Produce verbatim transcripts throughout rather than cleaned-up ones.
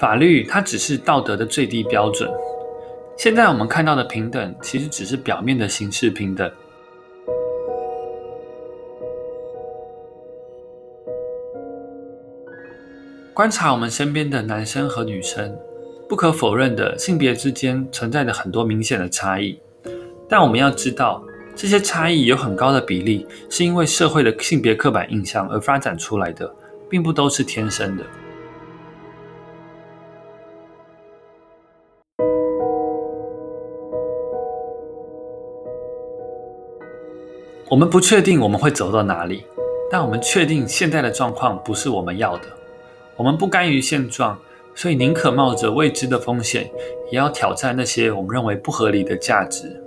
法律它只是道德的最低标准。现在我们看到的平等，其实只是表面的形式平等。观察我们身边的男生和女生，不可否认的，性别之间存在着很多明显的差异。但我们要知道，这些差异有很高的比例是因为社会的性别刻板印象而发展出来的，并不都是天生的。我们不确定我们会走到哪里，但我们确定现在的状况不是我们要的。我们不甘于现状，所以宁可冒着未知的风险，也要挑战那些我们认为不合理的价值。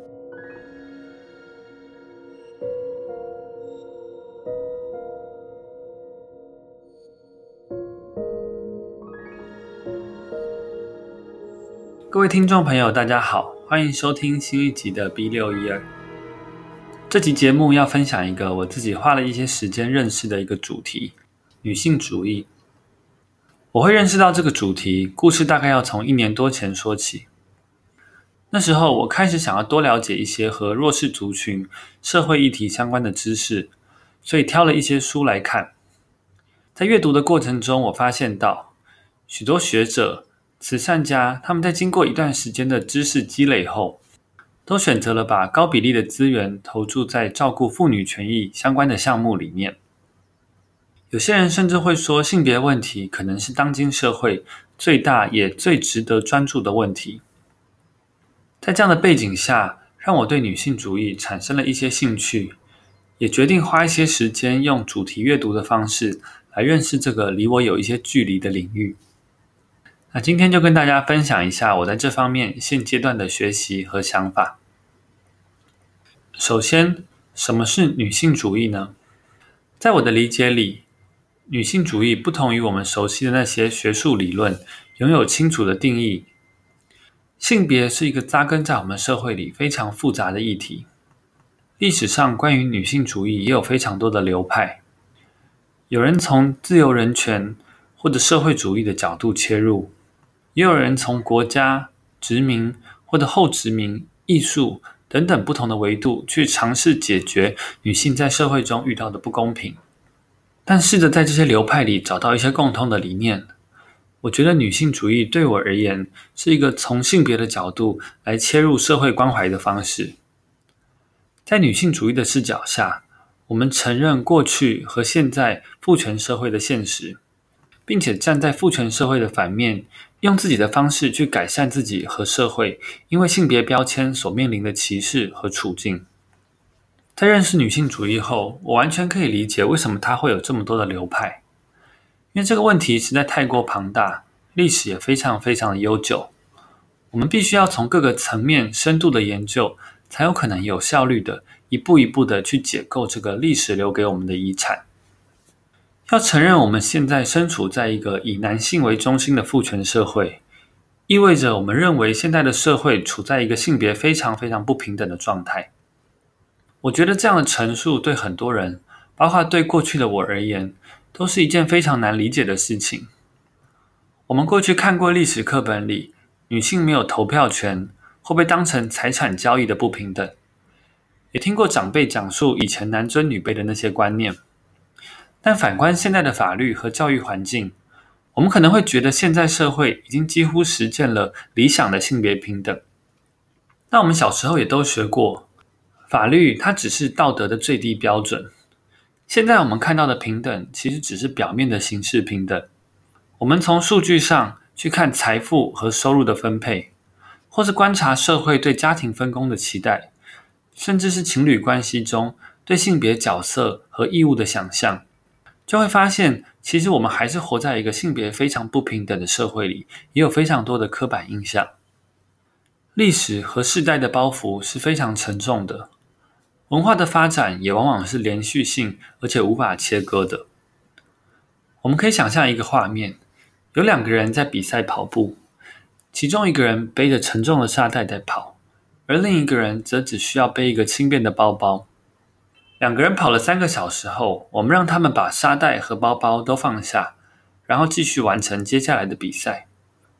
各位听众朋友，大家好，欢迎收听新一集的 B 六一二。这集节目要分享一个我自己花了一些时间认识的一个主题——女性主义。我会认识到这个主题，故事大概要从一年多前说起。那时候我开始想要多了解一些和弱势族群、社会议题相关的知识，所以挑了一些书来看。在阅读的过程中，我发现到许多学者、慈善家，他们在经过一段时间的知识积累后，都选择了把高比例的资源投注在照顾妇女权益相关的项目里面。有些人甚至会说，性别问题可能是当今社会最大也最值得专注的问题。在这样的背景下，让我对女性主义产生了一些兴趣，也决定花一些时间用主题阅读的方式来认识这个离我有一些距离的领域。那今天就跟大家分享一下我在这方面现阶段的学习和想法。首先，什么是女性主义呢？在我的理解里，女性主义不同于我们熟悉的那些学术理论，拥有清楚的定义。性别是一个扎根在我们社会里非常复杂的议题。历史上关于女性主义也有非常多的流派，有人从自由人权或者社会主义的角度切入，也有人从国家、殖民或者后殖民、艺术等等不同的维度去尝试解决女性在社会中遇到的不公平。但试着在这些流派里找到一些共通的理念，我觉得女性主义对我而言是一个从性别的角度来切入社会关怀的方式。在女性主义的视角下，我们承认过去和现在父权社会的现实，并且站在父权社会的反面，用自己的方式去改善自己和社会因为性别标签所面临的歧视和处境。在认识女性主义后，我完全可以理解为什么它会有这么多的流派，因为这个问题实在太过庞大，历史也非常非常的悠久。我们必须要从各个层面深度的研究，才有可能有效率的一步一步的去解构这个历史留给我们的遗产。要承认我们现在身处在一个以男性为中心的父权社会，意味着我们认为现在的社会处在一个性别非常非常不平等的状态。我觉得这样的陈述对很多人，包括对过去的我而言，都是一件非常难理解的事情。我们过去看过历史课本里，女性没有投票权，会被当成财产交易的不平等，也听过长辈讲述以前男尊女卑的那些观念。但反观现在的法律和教育环境，我们可能会觉得现在社会已经几乎实践了理想的性别平等。但我们小时候也都学过，法律它只是道德的最低标准。现在我们看到的平等，其实只是表面的形式平等。我们从数据上去看财富和收入的分配，或是观察社会对家庭分工的期待，甚至是情侣关系中对性别角色和义务的想象，就会发现，其实我们还是活在一个性别非常不平等的社会里，也有非常多的刻板印象。历史和世代的包袱是非常沉重的，文化的发展也往往是连续性而且无法切割的。我们可以想象一个画面，有两个人在比赛跑步，其中一个人背着沉重的沙袋在跑，而另一个人则只需要背一个轻便的包包。两个人跑了三个小时后，我们让他们把沙袋和包包都放下，然后继续完成接下来的比赛。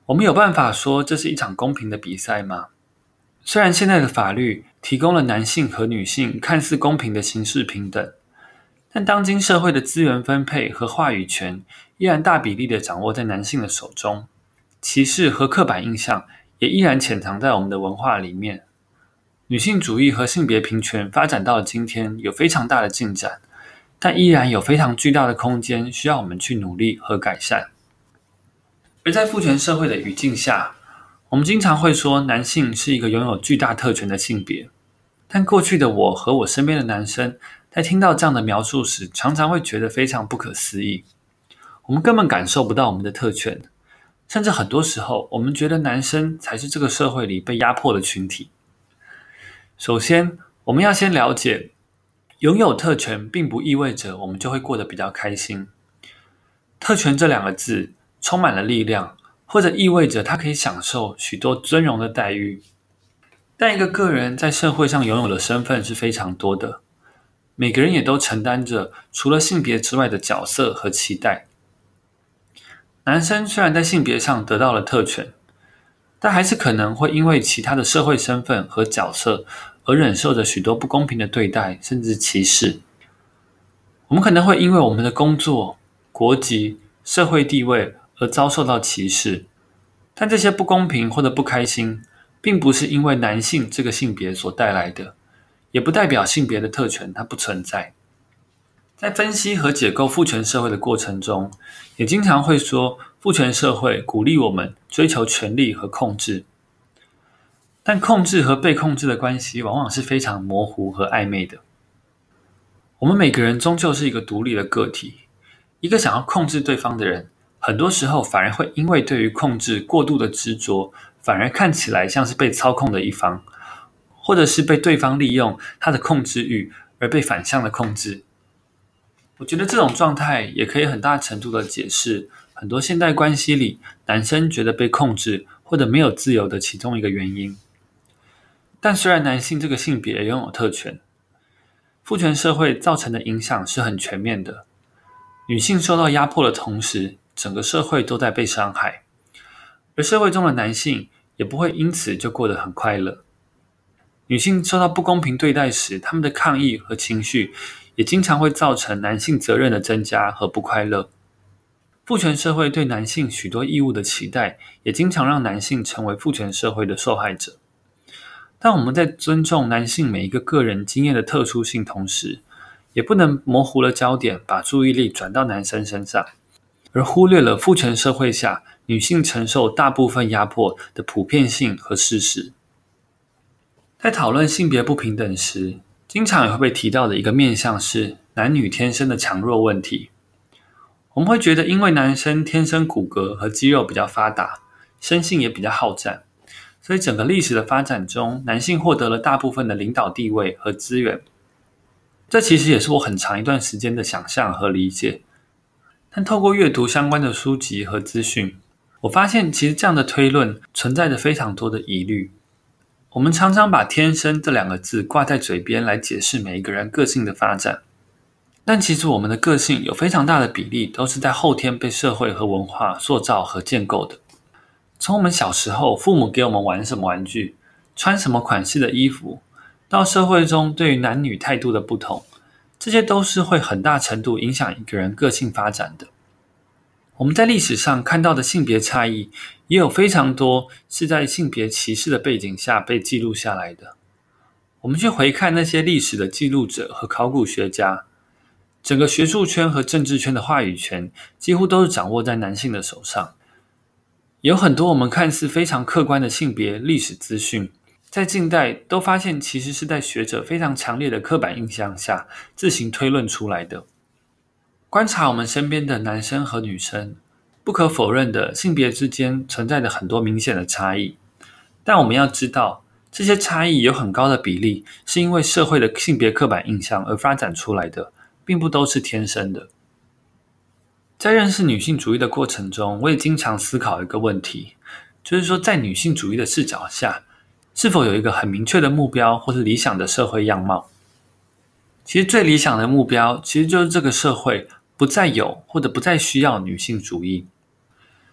我们有办法说这是一场公平的比赛吗？虽然现在的法律提供了男性和女性看似公平的刑事平等，但当今社会的资源分配和话语权依然大比例地掌握在男性的手中，歧视和刻板印象也依然潜藏在我们的文化里面。女性主义和性别平权发展到了今天有非常大的进展，但依然有非常巨大的空间需要我们去努力和改善。而在父权社会的语境下，我们经常会说男性是一个拥有巨大特权的性别，但过去的我和我身边的男生在听到这样的描述时，常常会觉得非常不可思议。我们根本感受不到我们的特权，甚至很多时候我们觉得男生才是这个社会里被压迫的群体。首先，我们要先了解，拥有特权并不意味着我们就会过得比较开心。特权这两个字充满了力量，或者意味着他可以享受许多尊荣的待遇。但一个个人在社会上拥有的身份是非常多的，每个人也都承担着除了性别之外的角色和期待。男生虽然在性别上得到了特权，但还是可能会因为其他的社会身份和角色而忍受着许多不公平的对待，甚至歧视。我们可能会因为我们的工作、国籍、社会地位而遭受到歧视，但这些不公平或者不开心，并不是因为男性这个性别所带来的，也不代表性别的特权它不存在。在分析和解构父权社会的过程中，也经常会说父权社会鼓励我们追求权力和控制，但控制和被控制的关系往往是非常模糊和暧昧的。我们每个人终究是一个独立的个体，一个想要控制对方的人，很多时候反而会因为对于控制过度的执着，反而看起来像是被操控的一方，或者是被对方利用他的控制欲而被反向的控制。我觉得这种状态也可以很大程度的解释很多现代关系里男生觉得被控制或者没有自由的其中一个原因。但虽然男性这个性别拥有特权，父权社会造成的影响是很全面的。女性受到压迫的同时，整个社会都在被伤害，而社会中的男性也不会因此就过得很快乐。女性受到不公平对待时，他们的抗议和情绪也经常会造成男性责任的增加和不快乐。父权社会对男性许多义务的期待，也经常让男性成为父权社会的受害者。但我们在尊重男性每一个个人经验的特殊性同时，也不能模糊了焦点，把注意力转到男生身上，而忽略了父权社会下女性承受大部分压迫的普遍性和事实。在讨论性别不平等时，经常也会被提到的一个面向是男女天生的强弱问题。我们会觉得因为男生天生骨骼和肌肉比较发达，生性也比较好战，所以整个历史的发展中，男性获得了大部分的领导地位和资源。这其实也是我很长一段时间的想象和理解。但透过阅读相关的书籍和资讯，我发现其实这样的推论存在着非常多的疑虑。我们常常把天生这两个字挂在嘴边来解释每一个人个性的发展，但其实我们的个性有非常大的比例都是在后天被社会和文化塑造和建构的。从我们小时候父母给我们玩什么玩具，穿什么款式的衣服，到社会中对于男女态度的不同，这些都是会很大程度影响一个人个性发展的。我们在历史上看到的性别差异，也有非常多是在性别歧视的背景下被记录下来的。我们去回看那些历史的记录者和考古学家，整个学术圈和政治圈的话语权几乎都是掌握在男性的手上。有很多我们看似非常客观的性别历史资讯，在近代都发现其实是在学者非常强烈的刻板印象下自行推论出来的。观察我们身边的男生和女生，不可否认的性别之间存在着很多明显的差异，但我们要知道，这些差异有很高的比例是因为社会的性别刻板印象而发展出来的，并不都是天生的。在认识女性主义的过程中，我也经常思考一个问题，就是说在女性主义的视角下，是否有一个很明确的目标或是理想的社会样貌？其实最理想的目标，其实就是这个社会不再有或者不再需要女性主义。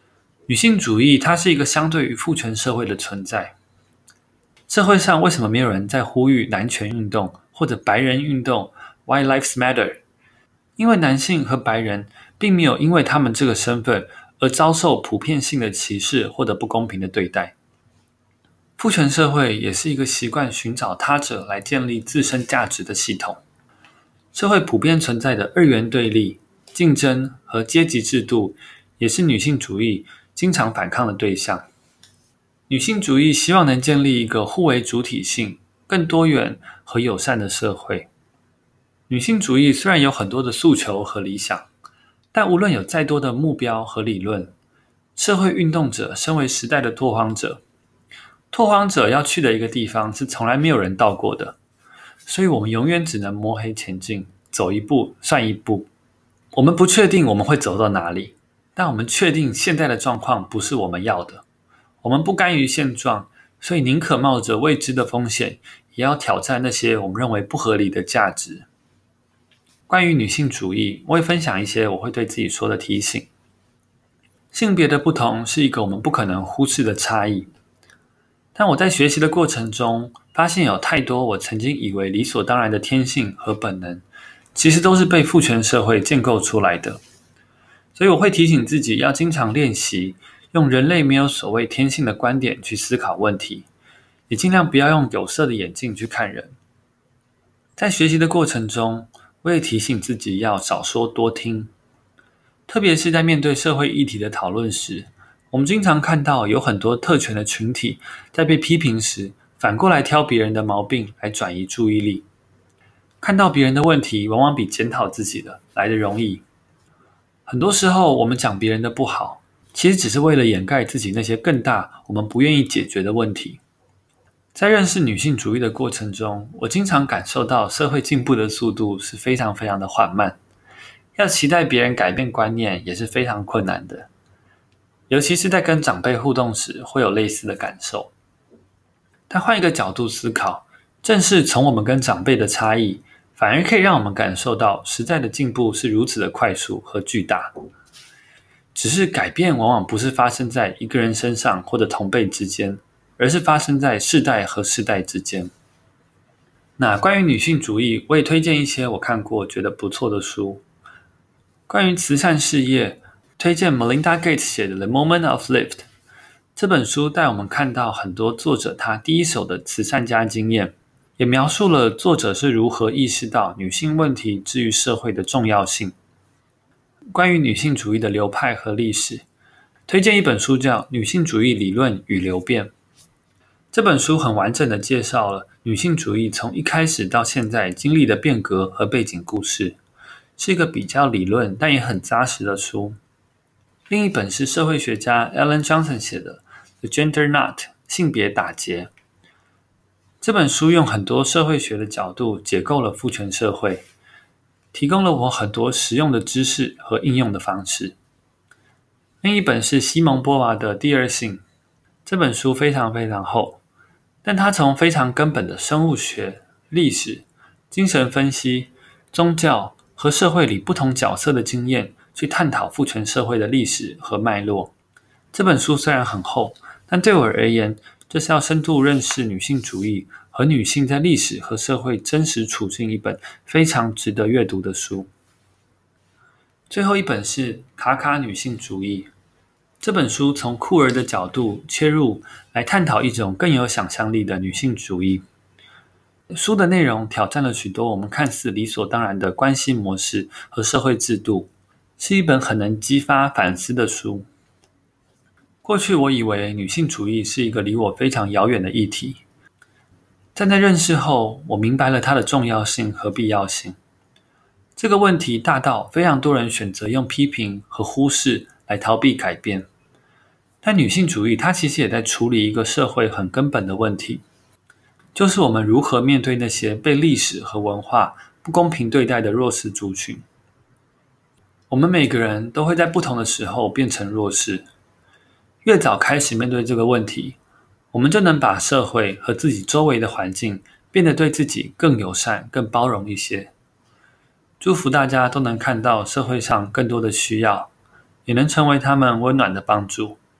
女性主义它是一个相对于父权社会的存在。社会上为什么没有人在呼吁男权运动或者白人运动 White Lives Matter？ 因为男性和白人并没有因为他们这个身份而遭受普遍性的歧视或者不公平的对待。父权社会也是一个习惯寻找他者来建立自身价值的系统。社会普遍存在的二元对立、竞争和阶级制度，也是女性主义经常反抗的对象。女性主义希望能建立一个互为主体性、更多元和友善的社会。女性主义虽然有很多的诉求和理想，但无论有再多的目标和理论，社会运动者身为时代的拓荒者，拓荒者要去的一个地方是从来没有人到过的，所以我们永远只能摸黑前进，走一步算一步。我们不确定我们会走到哪里，但我们确定现在的状况不是我们要的。我们不甘于现状，所以宁可冒着未知的风险，也要挑战那些我们认为不合理的价值。关于女性主义，我会分享一些我会对自己说的提醒。性别的不同是一个我们不可能忽视的差异，但我在学习的过程中，发现有太多我曾经以为理所当然的天性和本能，其实都是被父权社会建构出来的。所以我会提醒自己要经常练习，用人类没有所谓天性的观点去思考问题，也尽量不要用有色的眼镜去看人。在学习的过程中，我也提醒自己要少说多听，特别是在面对社会议题的讨论时，我们经常看到有很多特权的群体在被批评时，反过来挑别人的毛病来转移注意力。看到别人的问题，往往比检讨自己的来得容易。很多时候，我们讲别人的不好，其实只是为了掩盖自己那些更大我们不愿意解决的问题。在认识女性主义的过程中，我经常感受到社会进步的速度是非常非常的缓慢，要期待别人改变观念也是非常困难的，尤其是在跟长辈互动时会有类似的感受。但换一个角度思考，正是从我们跟长辈的差异，反而可以让我们感受到时代的进步是如此的快速和巨大。只是改变往往不是发生在一个人身上或者同辈之间，而是发生在世代和世代之间。那关于女性主义，我也推荐一些我看过觉得不错的书。关于慈善事业，推荐 Melinda Gates 写的 The Moment of Lift。 这本书带我们看到很多作者他第一手的慈善家经验，也描述了作者是如何意识到女性问题之于社会的重要性。关于女性主义的流派和历史，推荐一本书叫《女性主义理论与流变》。这本书很完整的介绍了女性主义从一开始到现在经历的变革和背景故事，是一个比较理论但也很扎实的书。另一本是社会学家 Ellen Johnson 写的 The Gender Knot 性别打结。这本书用很多社会学的角度解构了父权社会，提供了我很多实用的知识和应用的方式。另一本是西蒙波娃的第二性。这本书非常非常厚，但它从非常根本的生物学、历史、精神分析、宗教和社会里不同角色的经验去探讨父权社会的历史和脉络。这本书虽然很厚，但对我而言，这是要深度认识女性主义和女性在历史和社会真实处境一本非常值得阅读的书。最后一本是卡卡女性主义。这本书从酷儿的角度切入，来探讨一种更有想象力的女性主义。书的内容挑战了许多我们看似理所当然的关系模式和社会制度，是一本很能激发反思的书。过去我以为女性主义是一个离我非常遥远的议题，但在认识后，我明白了它的重要性和必要性。这个问题大到非常多人选择用批评和忽视来逃避改变。但女性主义它其实也在处理一个社会很根本的问题，就是我们如何面对那些被历史和文化不公平对待的弱势族群。我们每个人都会在不同的时候变成弱势，越早开始面对这个问题，我们就能把社会和自己周围的环境变得对自己更友善、更包容一些。祝福大家都能看到社会上更多的需要，也能成为他们温暖的帮助。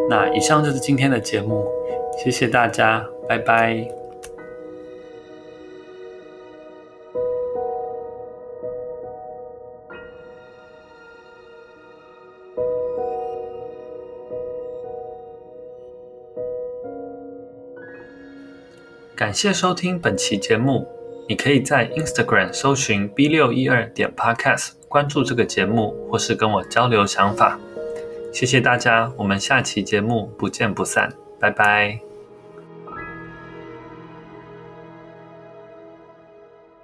那以上就是今天的节目，谢谢大家，拜拜。感谢收听本期节目，你可以在 Instagram 搜寻 B 六一二 点 Podcast 关注这个节目，或是跟我交流想法。谢谢大家，我们下期节目不见不散，拜拜。